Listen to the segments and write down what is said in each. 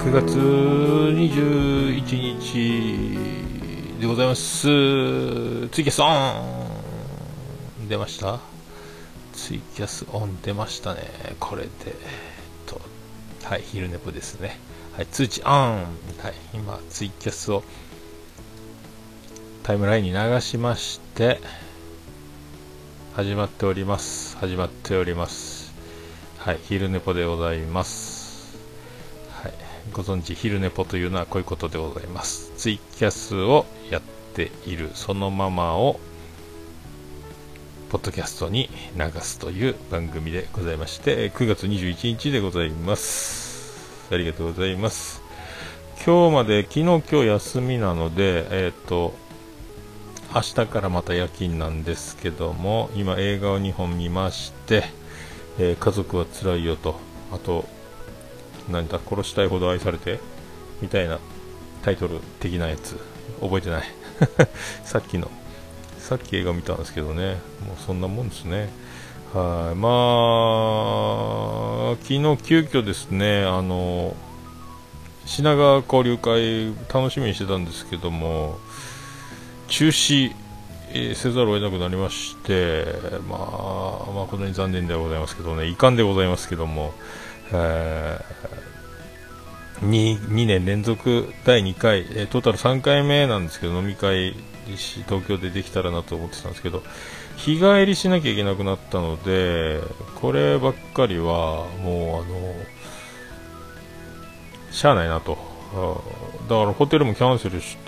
9月21日でございます。ツイキャスオン出ました。ツイキャスオン出ましたね。これではい、昼寝ぽですね。はい、通知オン。はい、今ツイキャスをタイムラインに流しまして始まっております。はい、昼寝ぽでございます。はい、ご存知昼寝ぽというのはこういうことでございます。ツイキャスをやっているそのままをポッドキャストに流すという番組でございまして、9月21日でございます。ありがとうございます。今日まで、昨日今日休みなので、明日からまた夜勤なんですけども、今映画を2本見まして、家族はつらいよと、あとなんだ、殺したいほど愛されてみたいなタイトル的なやつ覚えてないさっき映画見たんですけどね、もうそんなもんですね。はい、まあ昨日急遽ですね、品川交流会楽しみにしてたんですけども中止せざるを得なくなりまして、誠に残念ではございますけどね、遺憾でございますけども、2年連続第2回、トータル3回目なんですけど、飲み会東京でできたらなと思ってたんですけど、日帰りしなきゃいけなくなったので、こればっかりはもうしゃあないなと。だからホテルもキャンセルして、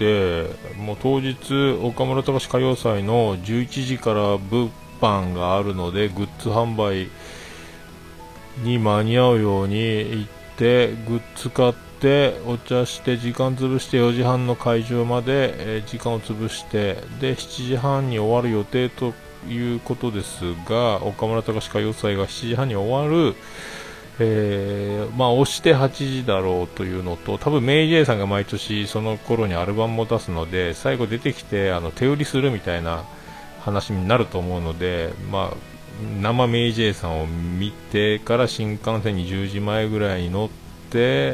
もう当日岡村隆史歌謡祭の11時から物販があるので、グッズ販売に間に合うように行ってグッズ買ってお茶して時間潰して4時半の会場まで、時間を潰してで7時半に終わる予定ということですが、岡村隆史歌謡祭が7時半に終わる、押して8時だろうというのと、多分メイジェイさんが毎年その頃にアルバムを出すので、最後出てきて手売りするみたいな話になると思うので、生メイジェイさんを見てから新幹線に10時前ぐらいに乗って、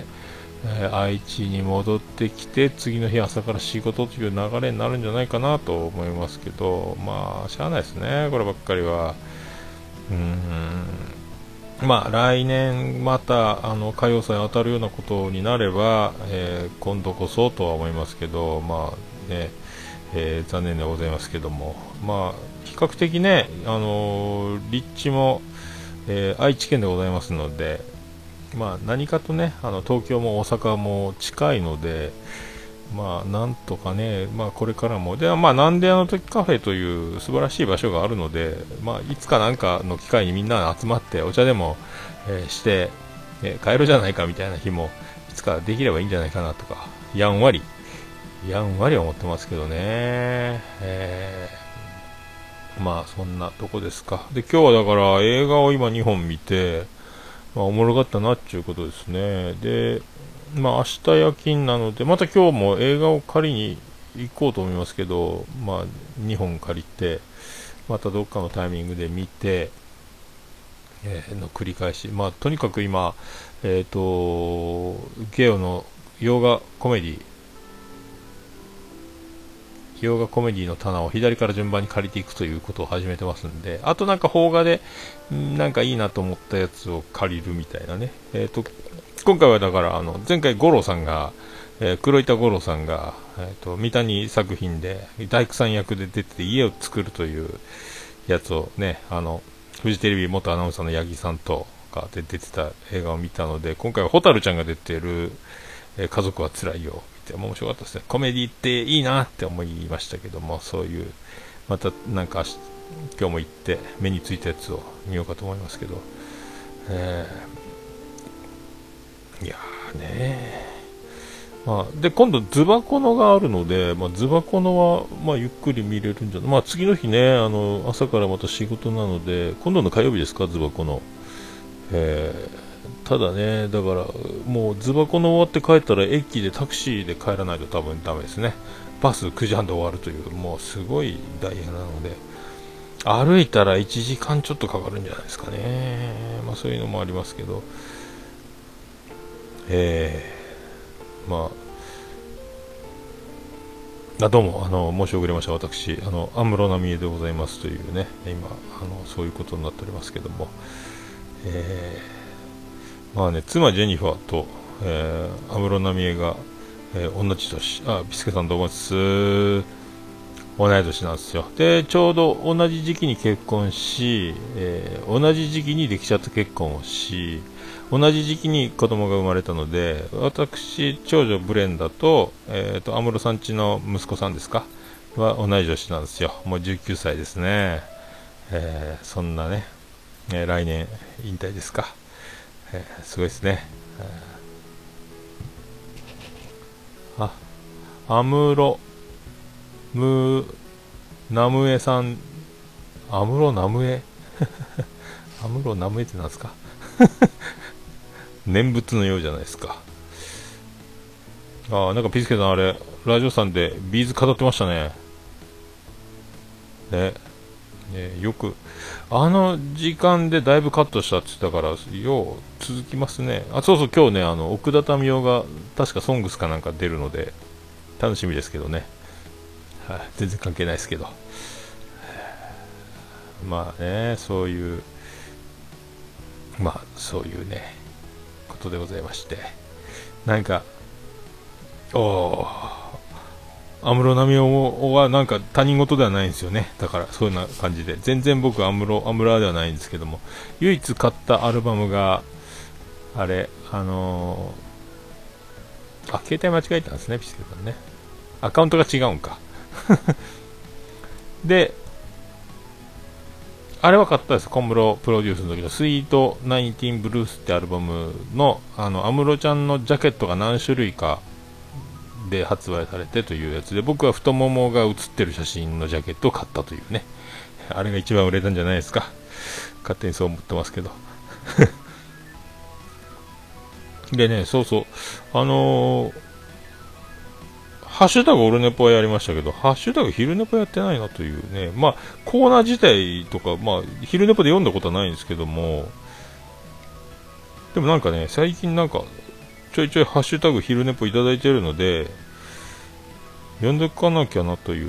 愛知に戻ってきて次の日朝から仕事という流れになるんじゃないかなと思いますけど、しゃあないですね、こればっかりは。来年また歌謡祭当たるようなことになれば、今度こそとは思いますけど、残念でございますけども、比較的ね、立地も、愛知県でございますので、何かとね、東京も大阪も近いので、なんとかね、これからもでは、なんであの時カフェという素晴らしい場所があるので、いつかなんかの機会にみんな集まってお茶でも、して、帰るじゃないかみたいな日もいつかできればいいんじゃないかなとか、やんわり思ってますけどね。そんなとこですか。で、今日はだから映画を今2本見て、おもろかったなっていうことですね。で、明日夜勤なので、また今日も映画を借りに行こうと思いますけど、2本借りて、またどっかのタイミングで見て、の繰り返し。とにかく今、ゲオの洋画コメディの棚を左から順番に借りていくということを始めてますんで、あとなんか邦画でなんかいいなと思ったやつを借りるみたいなね。今回はだから前回五郎さんが、黒板五郎さんが、三谷作品で大工さん役で出て家を作るというやつをね、フジテレビ元アナウンサーの八木さんとかで出てた映画を見たので、今回は蛍ちゃんが出てる、家族はつらいよって面白かったですね。コメディっていいなって思いましたけども、そういうまたなんか今日も行って目についたやつを見ようかと思いますけど、いやーねー、で今度ズバコノがあるので、ズバコノはゆっくり見れるんじゃない、次の日ね、朝からまた仕事なので、今度の火曜日ですか、ズバコノ。ただね、だからもうズバコノ終わって帰ったら駅でタクシーで帰らないと多分ダメですね。バス9時半で終わるという、もうすごい大変なので、歩いたら1時間ちょっとかかるんじゃないですかね。そういうのもありますけど、 まあ、どうも申し遅れました。私安室奈美恵でございますというね、今そういうことになっておりますけども、まあね、妻ジェニファーと、安室奈美恵が、同じ年、ビスケさんどうもです。同い年なんですよ。で、ちょうど同じ時期に結婚し、同じ時期に歴史結婚をし、同じ時期に子供が生まれたので、私、長女ブレンダと、安室さんちの息子さんですかは同い年なんですよ。もう19歳ですね。そんなね、来年引退ですか。すごいですね。安室ナムエさん、安室ナムエ安室ナムエってなんですか念仏のようじゃないですか。なんかピスケさんあれ、ラジオさんでビーズ語ってましたね。よく、時間でだいぶカットしたって言ったから、よう続きますね。そうそう、今日ね、奥田民生が、確かソングスかなんか出るので、楽しみですけどね。はい、全然関係ないですけど。まあね、そういうね、ことでございまして。なんか、安室奈美恵はなんか他人事ではないんですよね。だからそういうような感じで。全然僕安室ではないんですけども、唯一買ったアルバムが、あれ、携帯間違えたんですね、ピスケさんね。アカウントが違うんか。で、あれは買ったです。小室プロデュースの時のスイートナインティーンブルースってアルバムの、安室ちゃんのジャケットが何種類かで発売されてというやつで、僕は太ももが写ってる写真のジャケットを買ったというね。あれが一番売れたんじゃないですか。勝手にそう思ってますけど。でね、そうそう。ハッシュタグオルネポはやりましたけど、ハッシュタグ昼ネポやってないなというね、まあ、コーナー自体とか、まあ、昼ネポで読んだことはないんですけども、でもなんかね、最近なんか、ちょいちょいハッシュタグ昼ネポいただいているので、読んでかなきゃなという、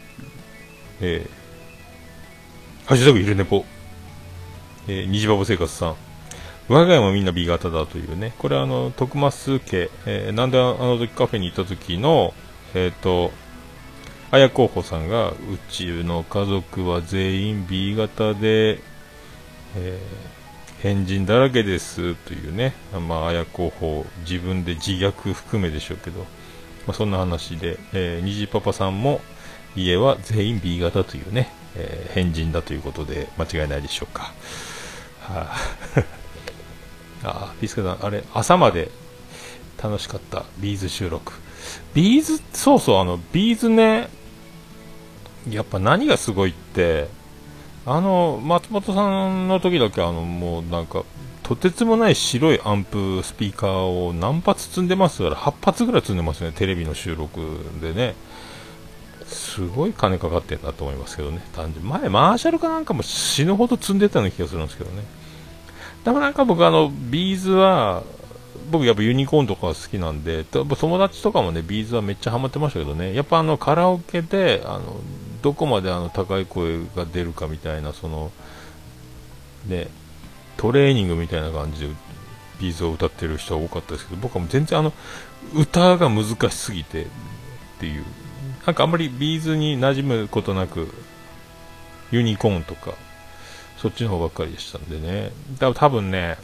ハッシュタグ昼ネポ、虹バボ生活さん。我が家もみんな B 型だというね、これ徳増家、なんで時カフェに行った時の、綾候補さんが、うちの家族は全員 B 型で、変人だらけですというね、まあ、綾候補、自分で自虐含めでしょうけど、まあ、そんな話で、虹パパさんも、家は全員 B 型というね、変人だということで間違いないでしょうか。ピスケさん、あれ、朝まで楽しかったビーズ収録。ビーズ、そうそう、ビーズね、やっぱ何がすごいって、松本さんの時だけもうなんか、とてつもない白いアンプ、スピーカーを何発積んでますから、8発ぐらい積んでますね、テレビの収録でね。すごい金かかってんだと思いますけどね、単純前、マーシャルかなんかも死ぬほど積んでたような気がするんですけどね。でもなんか僕ビーズは、僕やっぱユニコーンとか好きなんで、友達とかもね、ビーズはめっちゃハマってましたけどね、やっぱカラオケで、どこまで高い声が出るかみたいな、ね、トレーニングみたいな感じでビーズを歌ってる人は多かったですけど、僕はもう全然歌が難しすぎてっていう、なんかあんまりビーズに馴染むことなく、ユニコーンとか、そっちの方ばっかりでしたんでね。多分ね、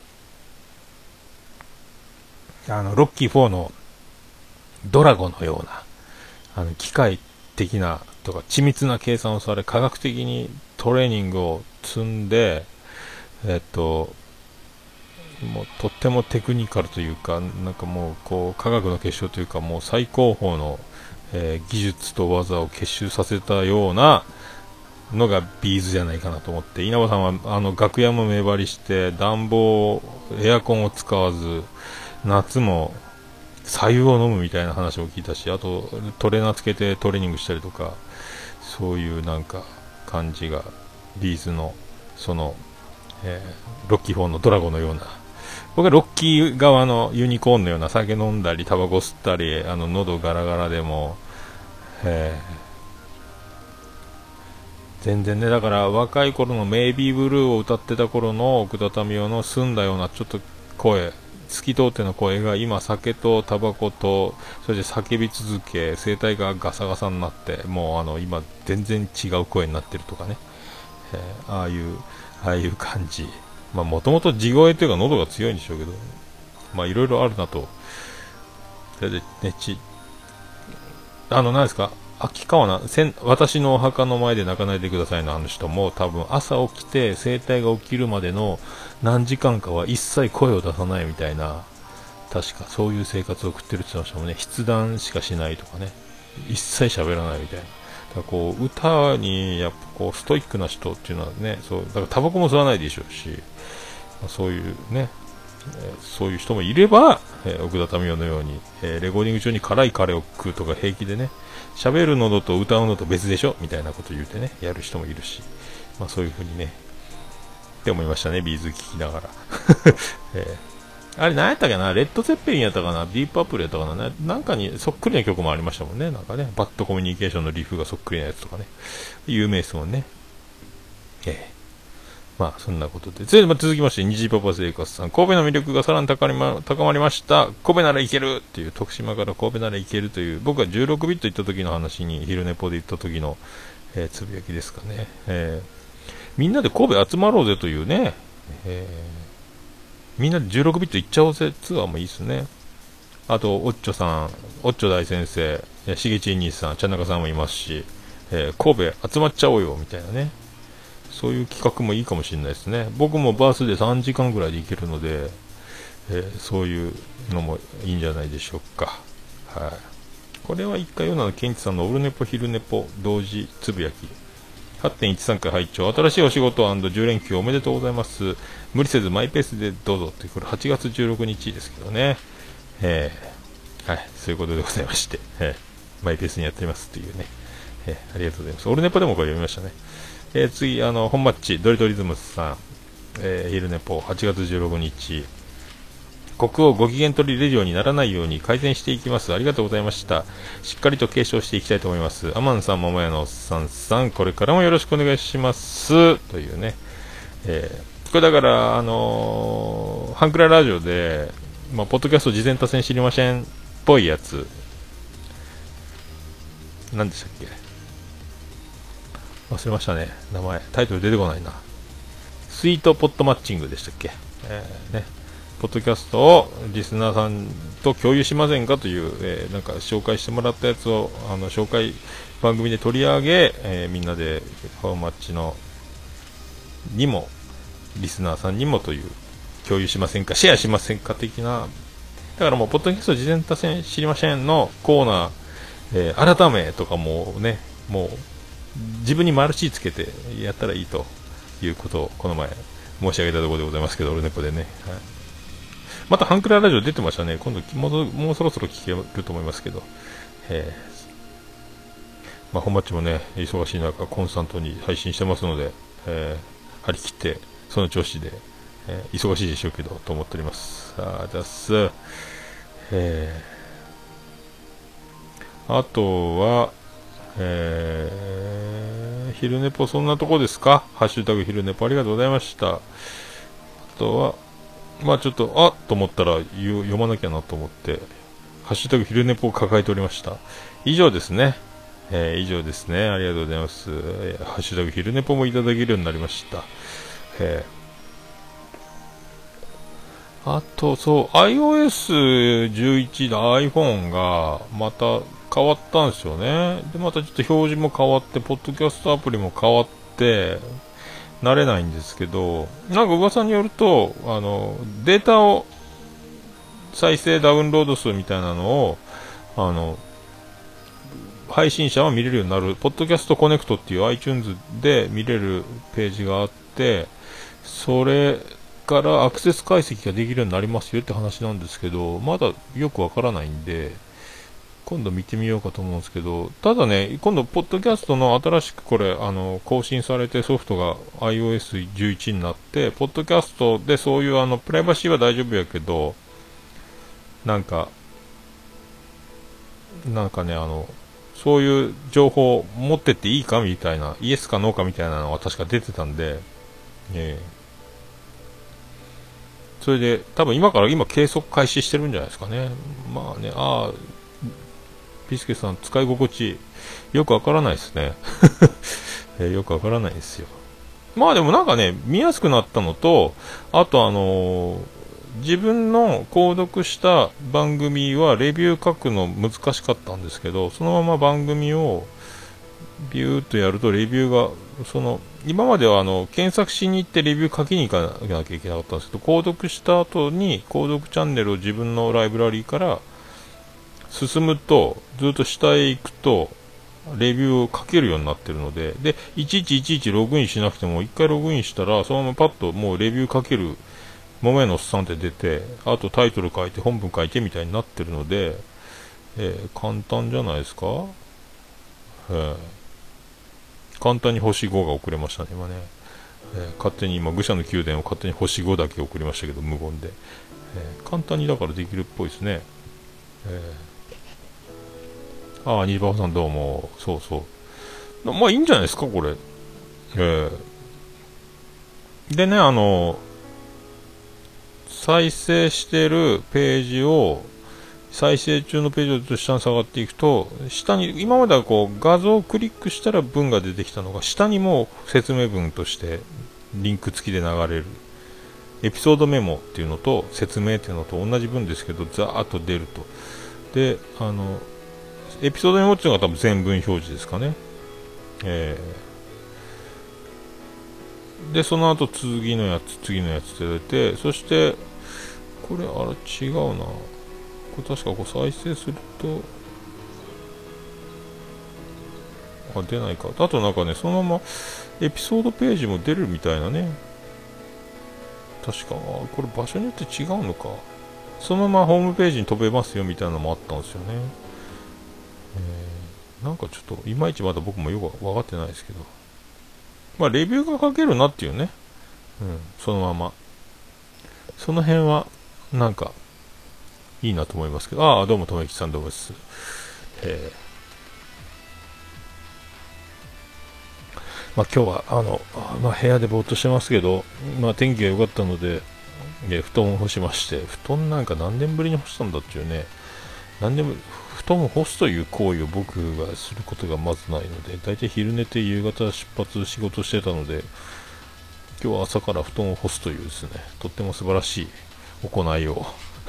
ロッキー4のドラゴンのような、機械的なとか緻密な計算をされ、科学的にトレーニングを積んで、もうとってもテクニカルというか、なんかもうこう科学の結晶というか、もう最高峰の、技術と技を結集させたようなのがビーズじゃないかなと思って、稲葉さんは楽屋も目張りして暖房エアコンを使わず夏も白湯を飲むみたいな話も聞いたし、あとトレーナーつけてトレーニングしたりとか、そういうなんか感じがビーズのロッキー4のドラゴンのような僕はロッキー側のユニコーンのような酒飲んだりタバコ吸ったり喉ガラガラでも、全然ね、だから若い頃のメイビーブルーを歌ってた頃の奥田民生の澄んだようなちょっと声、透き通っての声が今酒とタバコとそれで叫び続け、声帯がガサガサになってもう今全然違う声になってるとかね、ああいう感じ、まあもともと地声というか喉が強いんでしょうけど、まあいろいろあるなと。それでね、何ですか、秋川な私のお墓の前で泣かないでくださいの人も多分朝起きて声帯が起きるまでの何時間かは一切声を出さないみたいな、確かそういう生活を送ってるって言ってましたもんね。筆談しかしないとかね、一切喋らないみたいな。だからこう歌にやっぱこうストイックな人っていうのはね、そうだからタバコも吸わないでしょうし、そういうね、そういう人もいれば、奥田民生のように、レコーディング中に辛いカレーを食うとか平気でね、喋るのと歌うのと別でしょみたいなこと言うてね、やる人もいるし、まあそういう風にね、って思いましたね、ビーズ聞きながら。あれ何やったっけな、レッド・ゼッペリンやったかな、ディープ・アップルやったかな、なんかにそっくりな曲もありましたもんね、なんかね、バッドコミュニケーションのリフがそっくりなやつとかね、有名ですもんね。まあそんなことで、続きまして虹パパ生活さん、神戸の魅力がさらに高まりました。神戸なら行けるっていう、徳島から神戸なら行けるという、僕が16ビット行った時の話に昼寝ぽで行った時の、つぶやきですかね、みんなで神戸集まろうぜというね、みんなで16ビット行っちゃおうぜツアーもいいですね。あとおっちょさん、おっちょ大先生、しげちん兄さん、茶中さんもいますし、神戸集まっちゃおうよみたいなね、そういう企画もいいかもしれないですね。僕もバースで3時間ぐらいで行けるので、そういうのもいいんじゃないでしょうか。はい。これは一回米田健一さんのオルネポ昼ネポ同時つぶやき 8.13 回拝聴、新しいお仕事&10連休おめでとうございます。無理せずマイペースでどうぞって、これ8月16日ですけどね、はい、そういうことでございまして、マイペースにやってますっていうね、ありがとうございます。オルネポでもこれ読みましたね。次、本マッチ、ドリトリズムスさん、昼ネポ、8月16日、国王ご機嫌取りレジオにならないように改善していきます。ありがとうございました。しっかりと継承していきたいと思います。アマンさん、桃屋のおっさんさん、これからもよろしくお願いします。というね、これだから、ハンクララジオで、まあ、ポッドキャスト事前多戦知りませんっぽいやつ、何でしたっけ、忘れましたね、名前、タイトル出てこないな。スイートポットマッチングでしたっけ、ね、ポッドキャストをリスナーさんと共有しませんかという、なんか紹介してもらったやつを紹介番組で取り上げ、みんなでハウマッチのにもリスナーさんにもという、共有しませんか、シェアしませんか的な、だからもうポッドキャスト事前多戦知りませんのコーナー、改めとかもね、もう自分にマルチつけてやったらいいということをこの前申し上げたところでございますけど、俺猫でね、はい、またハンクララジオ出てましたね。今度もうそろそろ聞けると思いますけど、まあ、本マッチもね忙しい中コンスタントに配信してますので、張り切ってその調子で、忙しいでしょうけどと思っております。さあじゃああとは、昼寝ぽそんなとこですか。ハッシュタグ昼寝ぽありがとうございました。あとはまあちょっとと思ったら読まなきゃなと思ってハッシュタグ昼寝ぽを抱えておりました。以上ですね、以上ですね、ありがとうございます。ハッシュタグ昼寝ぽもいただけるようになりました。あとそう iOS11 で iPhone がまた変わったんですよね。でまたちょっと表示も変わってポッドキャストアプリも変わって慣れないんですけど、なんか噂によるとデータを再生ダウンロード数みたいなのを配信者は見れるようになる、ポッドキャストコネクトっていう iTunes で見れるページがあって、それからアクセス解析ができるようになりますよって話なんですけど、まだよくわからないんで、 今度見てみようかと思うんですけど、ただね、今度、ポッドキャストの新しくこれ、更新されてソフトが iOS11 になって、ポッドキャストでそういうプライバシーは大丈夫やけど、なんかね、そういう情報を持ってっていいかみたいな、イエスかノーかみたいなのが確か出てたんで、それで、多分今計測開始してるんじゃないですかね。まあね、ピスケさん、使い心地、よくわからないですね。よくわからないですよ。まあでもなんかね、見やすくなったのと、あと自分の購読した番組はレビュー書くの難しかったんですけど、そのまま番組をビューっとやるとレビューが、今までは検索しに行ってレビュー書きに行かなきゃいけなかったんですけど、購読した後に購読チャンネルを自分のライブラリーから進むと、ずっと下へ行くと、レビューを書けるようになってるので、いちいちログインしなくても、一回ログインしたら、そのままパッともうレビュー書ける、もめのおっさんって出て、あとタイトル書いて、本文書いてみたいになってるので、簡単じゃないですか。簡単に星5が送れましたね、今ね。勝手に今、愚者の宮殿を勝手に星5だけ送りましたけど、無言で。簡単にだからできるっぽいですね。ニジババさんどうも。そうそう。まあいいんじゃないですか、これ。でね、再生してるページを、再生中のページをずっと下に下がっていくと、下に、今まではこう画像をクリックしたら文が出てきたのが、下にも説明文としてリンク付きで流れる。エピソードメモっていうのと説明っていうのと同じ文ですけど、ザーッと出ると。で、エピソードメモっていうのが多分全文表示ですかね。で、その後次のやつって出て、そして、これ、違うな。これ確かこう再生すると、出ないか。あとなんかね、そのままエピソードページも出るみたいなね。確か、これ場所によって違うのか。そのままホームページに飛べますよみたいなのもあったんですよね。なんかちょっと、いまいちまだ僕もよく分かってないですけど。まあ、レビューが書けるなっていうね。そのまま。その辺は、なんか、いいなと思いますけど。どうも、とめきさんどうもです。まあ、今日は、部屋でぼーっとしてますけど、天気が良かったので、布団を干しまして、布団なんか何年ぶりに干したんだっていうね、布団を干すという行為を僕がすることがまずないので、大体昼寝て夕方出発仕事してたので、今日は朝から布団を干すというですね、とっても素晴らしい行いを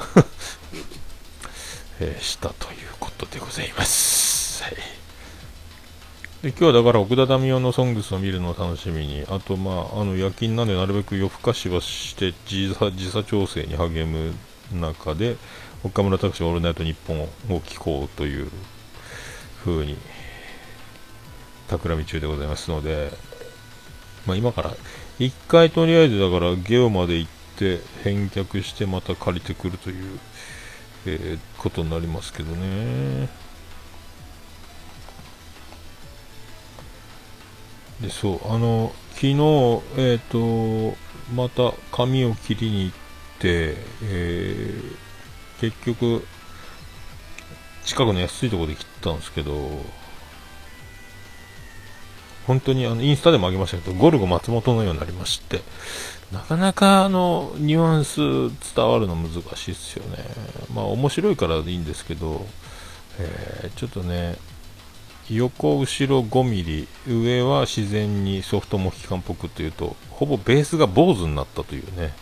したということでございます。はい。で今日はだから奥田民生のソングスを見るのを楽しみに、あと夜勤なんでなるべく夜更かしはして時差調整に励む中で、岡村拓司オールナイトニッポンを聞こうという風に企み中でございますので、今から一回とりあえずだからゲオまで行って返却してまた借りてくるという、ことになりますけどね。でそう昨日また髪を切りに行って、結局近くの安いところで切ったんですけど、本当にインスタでもあげましたけど、ゴルゴ松本のようになりまして、なかなかニュアンス伝わるの難しいですよね。面白いからいいんですけど、ちょっとね、横後ろ5ミリ、上は自然にソフトモヒカンっぽくというと、ほぼベースが坊主になったというね、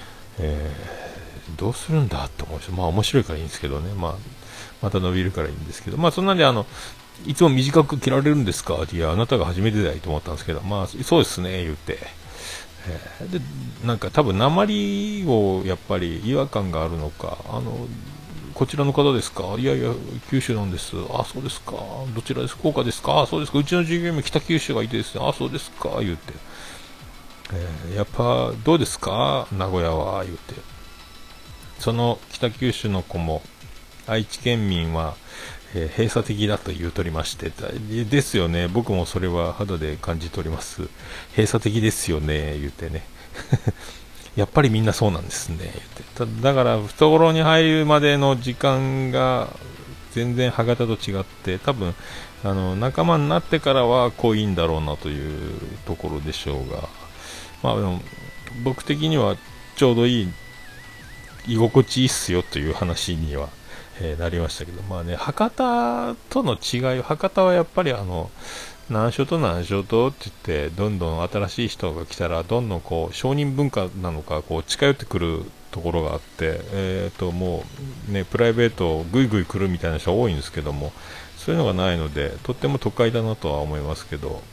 どうするんだと思うし、面白いからいいんですけどね、また伸びるからいいんですけど、そんなんでいつも短く切られるんですかいや、あなたが初めてだいと思ったんですけど、そうですね、言って。で、なんか多分、鉛をやっぱり違和感があるのか、こちらの方ですかいやいや、九州なんです。そうですか。どちらです福岡ですかそうですか。うちの従業員も北九州がいてですね。そうですか。言って。やっぱ、どうですか名古屋は言って。その北九州の子も、愛知県民は、 閉鎖的だと言うとりまして、ですよね、僕もそれは肌で感じております。閉鎖的ですよね、言ってね。やっぱりみんなそうなんですね、言って。だから懐に入るまでの時間が全然歯型と違って、多分仲間になってからは濃いんだろうなというところでしょうが、まあでも僕的にはちょうどいい、居心地いいっすよという話には、なりましたけど、まあね、博多との違い、博多はやっぱり何所と何所とって言って、どんどん新しい人が来たら、どんどんこう商人文化なのか、こう近寄ってくるところがあって、もうね、プライベートぐいぐい来るみたいな人が多いんですけども、そういうのがないので、とっても都会だなとは思いますけど、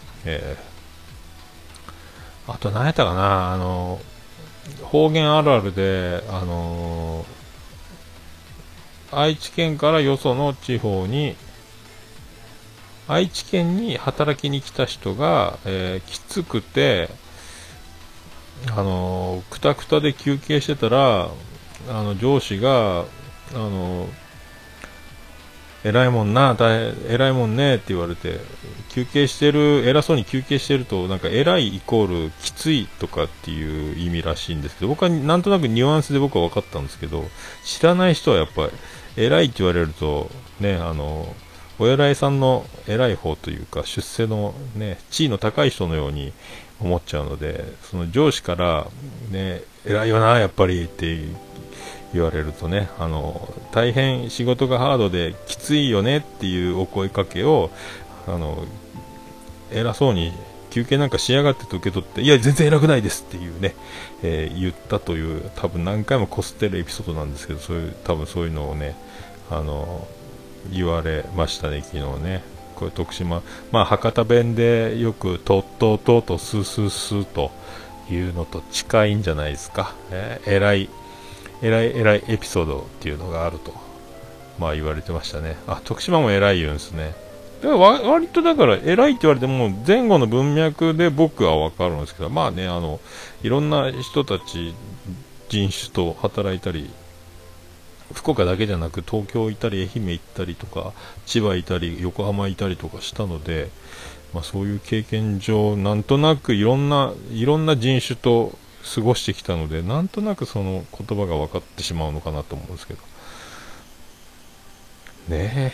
あと何やったかな、方言あるあるで、愛知県からよその地方に、愛知県に働きに来た人が、きつくて、くたくたで休憩してたら、上司が、偉いもんな、偉いもんねって言われて、休憩してる、偉そうに休憩してると、なんか偉いイコールきついとかっていう意味らしいんですけど、僕はなんとなくニュアンスで僕は分かったんですけど、知らない人はやっぱり、偉いって言われると、ね、お偉いさんの偉い方というか、出世のね、地位の高い人のように思っちゃうので、その上司から、ね、偉いよな、やっぱりって言われるとね、大変仕事がハードできついよねっていうお声かけを、偉そうに休憩なんかしやがってと受け取って、いや全然偉くないですっていうね、言ったという、多分何回もこすってるエピソードなんですけど、多分そういうのをね、言われましたね、昨日ね。これ徳島、まあ博多弁でよくとっとっととスースースーというのと近いんじゃないですか。偉いエピソードっていうのがあると、まあ言われてましたね。あ、徳島も偉い言うんですね。だから割とだから偉いって言われても前後の文脈で僕はわかるんですけど、まあね、いろんな人たち、人種と働いたり、福岡だけじゃなく東京行ったり愛媛行ったりとか千葉行ったり横浜行ったりとかしたので、まあ、そういう経験上なんとなくいろんな人種と過ごしてきたので、なんとなくその言葉が分かってしまうのかなと思うんですけどね。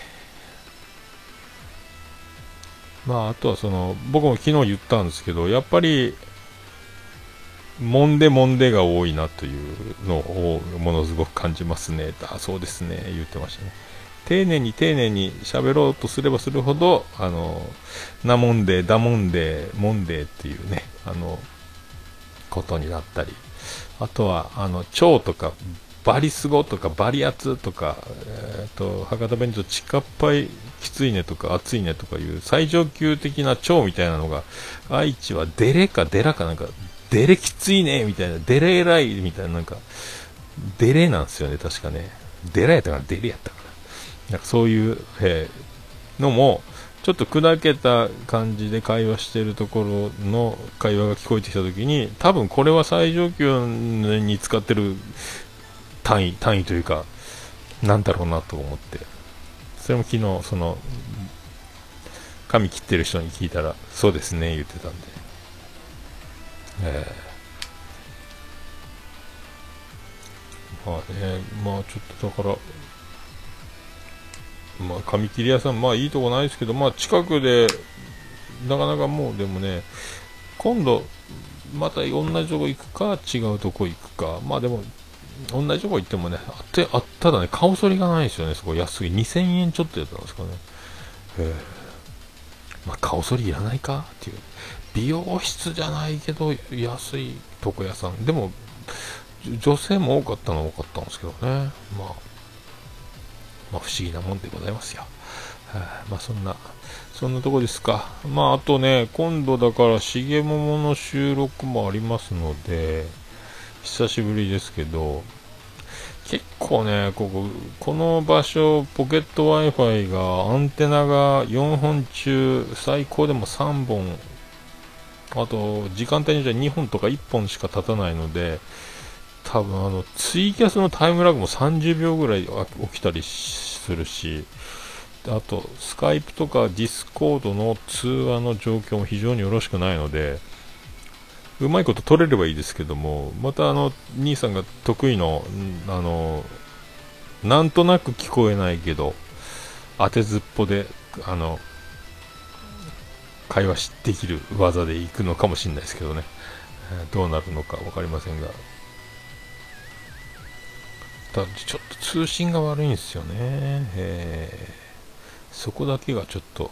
まああとは僕も昨日言ったんですけど、やっぱりもんでが多いなというのをものすごく感じますね。あ、そうですね、言ってましたね。丁寧に喋ろうとすればするほど、なもんで、だもんで、もんでっていうね、ことになったり、あとは、超とか、バリスゴとか、バリアツとか、博多弁とちかっぱいきついねとか、熱いねとかいう最上級的な超みたいなのが、愛知はデレかデラかなんか、デレきついねみたいな、デレ偉いみたいな、なんか、デレなんですよね、確かね。デラやったかな、デレやったかな。なんかそういう、のも、ちょっと砕けた感じで会話しているところの会話が聞こえてきたときに、多分これは最上級に使ってる単位というか、なんだろうなと思って、それも昨日、髪切ってる人に聞いたら、そうですね、言ってたんで。まあね、まあちょっとだから、まあ髪切り屋さん、まあいいとこないですけど、まあ近くで、なかなかもうでもね、今度、また同じとこ行くか、違うとこ行くか、まあでも、同じとこ行ってもね、ただね、顔剃りがないですよね、そこ安い。2000円ちょっとやったんですかね。まあ顔剃りいらないかっていう。美容室じゃないけど、安い床屋さん。でも、女性も多かったのは多かったんですけどね。まあ不思議なもんでございますよ。まあそんなとこですか。まああとね、今度だからしげももの収録もありますので、久しぶりですけど、結構ね、この場所、ポケット Wi-Fi がアンテナが4本中、最高でも3本、あと時間帯によっては2本とか1本しか経たないので、多分ツイキャスのタイムラグも30秒ぐらい起きたりするし、 あとスカイプとかディスコードの通話の状況も非常によろしくないので、うまいこと取れればいいですけども、また兄さんが得意のなんとなく聞こえないけど当てずっぽで会話できる技でいくのかもしれないですけどね、どうなるのか分かりませんが、ちょっと通信が悪いんですよね、そこだけがちょっと、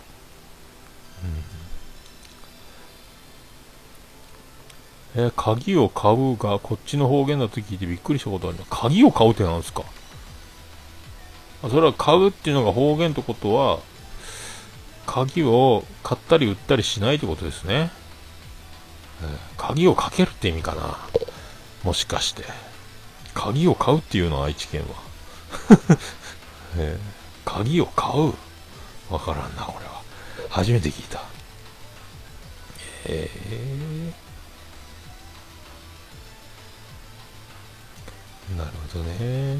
鍵を買うがこっちの方言だと聞いてびっくりしたことある。鍵を買うってなんですか。それは買うっていうのが方言ってことは鍵を買ったり売ったりしないってことですね、鍵をかけるって意味かな、もしかして鍵を買うっていうのは愛知県は、鍵を買う、わからんなこれは、初めて聞いた。なるほどね。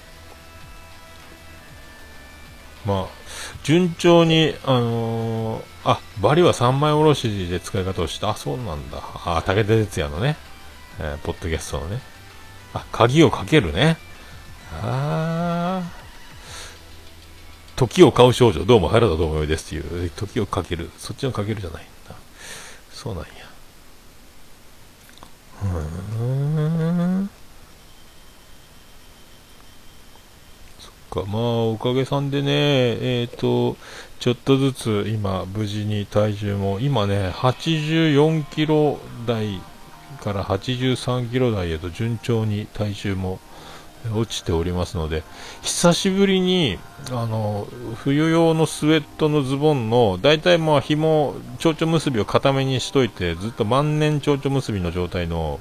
まあ順調にバリは3枚おろしで使い方をした。あ、そうなんだ。武田鉄矢のね、ポッドキャストのね、鍵をかけるね。時を買う少女、どうも原田智代ですっていう、時をかける、そっちのかけるじゃないんだ。そうなんや。そっか、まあおかげさんでね、ちょっとずつ今無事に体重も今ね84キロ台から83キロ台へと順調に体重も落ちておりますので、久しぶりに冬用のスウェットのズボンのだいたいまあ紐蝶々結びを固めにしといて、ずっと万年蝶々結びの状態の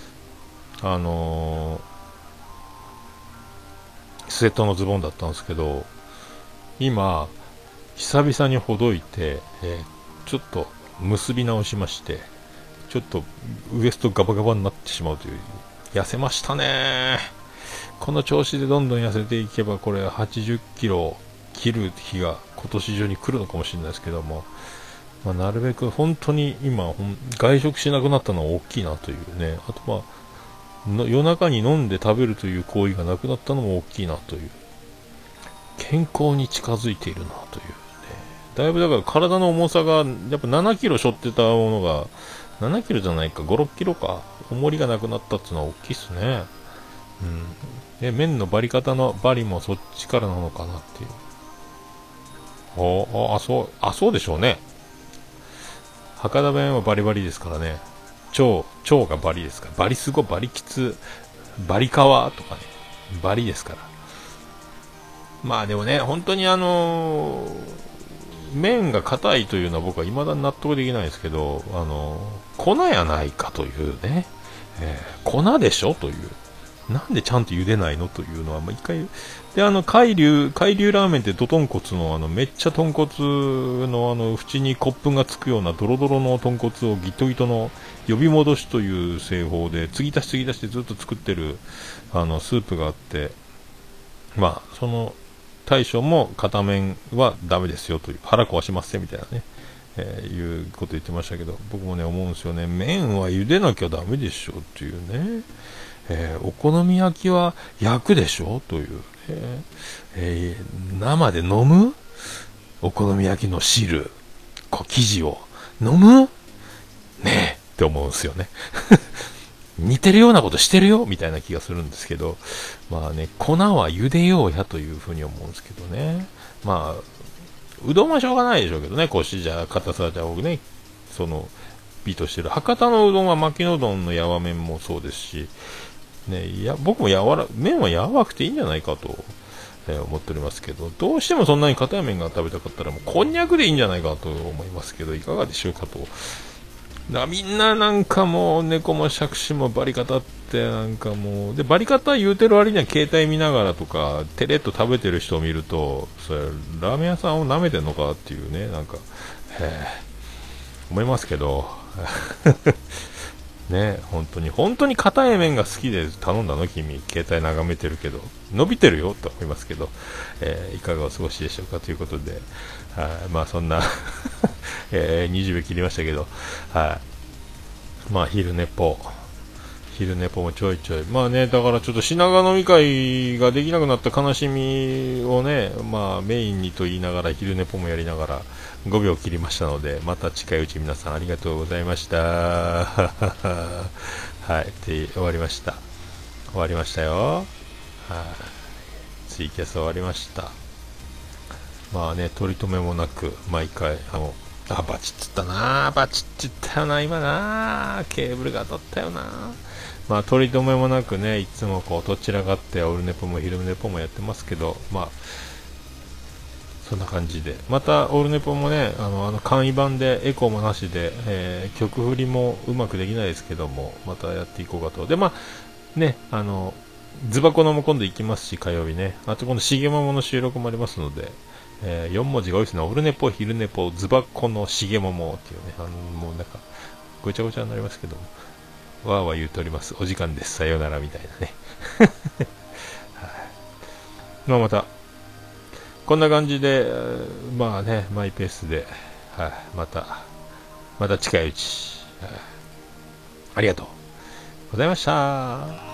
スウェットのズボンだったんですけど、今久々にほどいて、ちょっと結び直しまして、ちょっとウエストガバガバになってしまうという、痩せましたね。この調子でどんどん痩せていけばこれ80キロ切る日が今年中に来るのかもしれないですけども、なるべく本当に今外食しなくなったのは大きいなというね。あと夜中に飲んで食べるという行為がなくなったのも大きいなという、健康に近づいているなというね。だいぶだから体の重さがやっぱ7キロ背負ってたものが7キロじゃないか5、6キロか重りがなくなったっていうのは大きいっすね。麺のバリ方のバリもそっちからなのかなっていう。そうでしょうね。博多弁はバリバリですからね。腸がバリですから。バリスゴ、バリキツ、バリカワとかね。バリですから。まあでもね、本当に麺が硬いというのは僕は未だに納得できないですけど、粉やないかというね。粉でしょという。なんでちゃんと茹でないのというのは、一回で海流ラーメンってド豚骨のめっちゃ豚骨の縁に骨粉がつくようなドロドロの豚骨をギトギトの呼び戻しという製法で継ぎ足してずっと作ってるスープがあって、その大将も片面はダメですよという、腹壊しますねみたいなね、いうこと言ってましたけど、僕もね思うんですよね。麺は茹でなきゃダメでしょっていうね。お好み焼きは焼くでしょという、生で飲むお好み焼きの汁、生地を飲むねえって思うんですよね。似てるようなことしてるよみたいな気がするんですけど、粉は茹でようやというふうに思うんですけどね。うどんはしょうがないでしょうけどね、コシじゃ硬さじゃ僕ね、美としてる博多のうどんは巻きのうどんのやわ麺もそうですしね、僕も麺は柔らくていいんじゃないかと、思っておりますけど、どうしてもそんなに硬い麺が食べたかったらもうこんにゃくでいいんじゃないかと思いますけど、いかがでしょうかと。みんななんかもう猫も杓子もバリカタってなんかもうでバリカタ言うてる割には携帯見ながらとかテレッと食べてる人を見ると、それラーメン屋さんを舐めてんのかっていうね、なんか思いますけどね、本当に硬い麺が好きで頼んだの君、携帯眺めてるけど、伸びてるよと思いますけど、いかがお過ごしでしょうかということで、まあそんな、20秒切りましたけど、まあ昼寝ぽもちょいちょい、まあね、だからちょっと品川飲み会ができなくなった悲しみをね、まあメインにと言いながら昼寝ぽもやりながら5秒切りましたので、また近いうち皆さんありがとうございました。はい、で終わりました。終わりましたよ。ツイキャス終わりました。まあね、取り留めもなく毎回バチッつったな、バチッつったよな、今な、ケーブルが当たったよな。まあ取り留めもなくね、いつもこうどちらかってオルネポも昼ネポもやってますけど、まあそんな感じで、またオルネポもね、簡易版でエコーもなしで、曲振りもうまくできないですけども、またやっていこうかと。で、まあね、ズバコのも今度行きますし、火曜日ね、あと今度しげももの収録もありますので、4文字が多いですね。オルネポ、昼ネポ、ズバコのしげももっていうね、もうなんかごちゃごちゃになりますけども、わーわー言うとおります。お時間です。さようならみたいなね。まあまた、こんな感じで、まあね、マイペースで、また近いうち、ありがとうございました。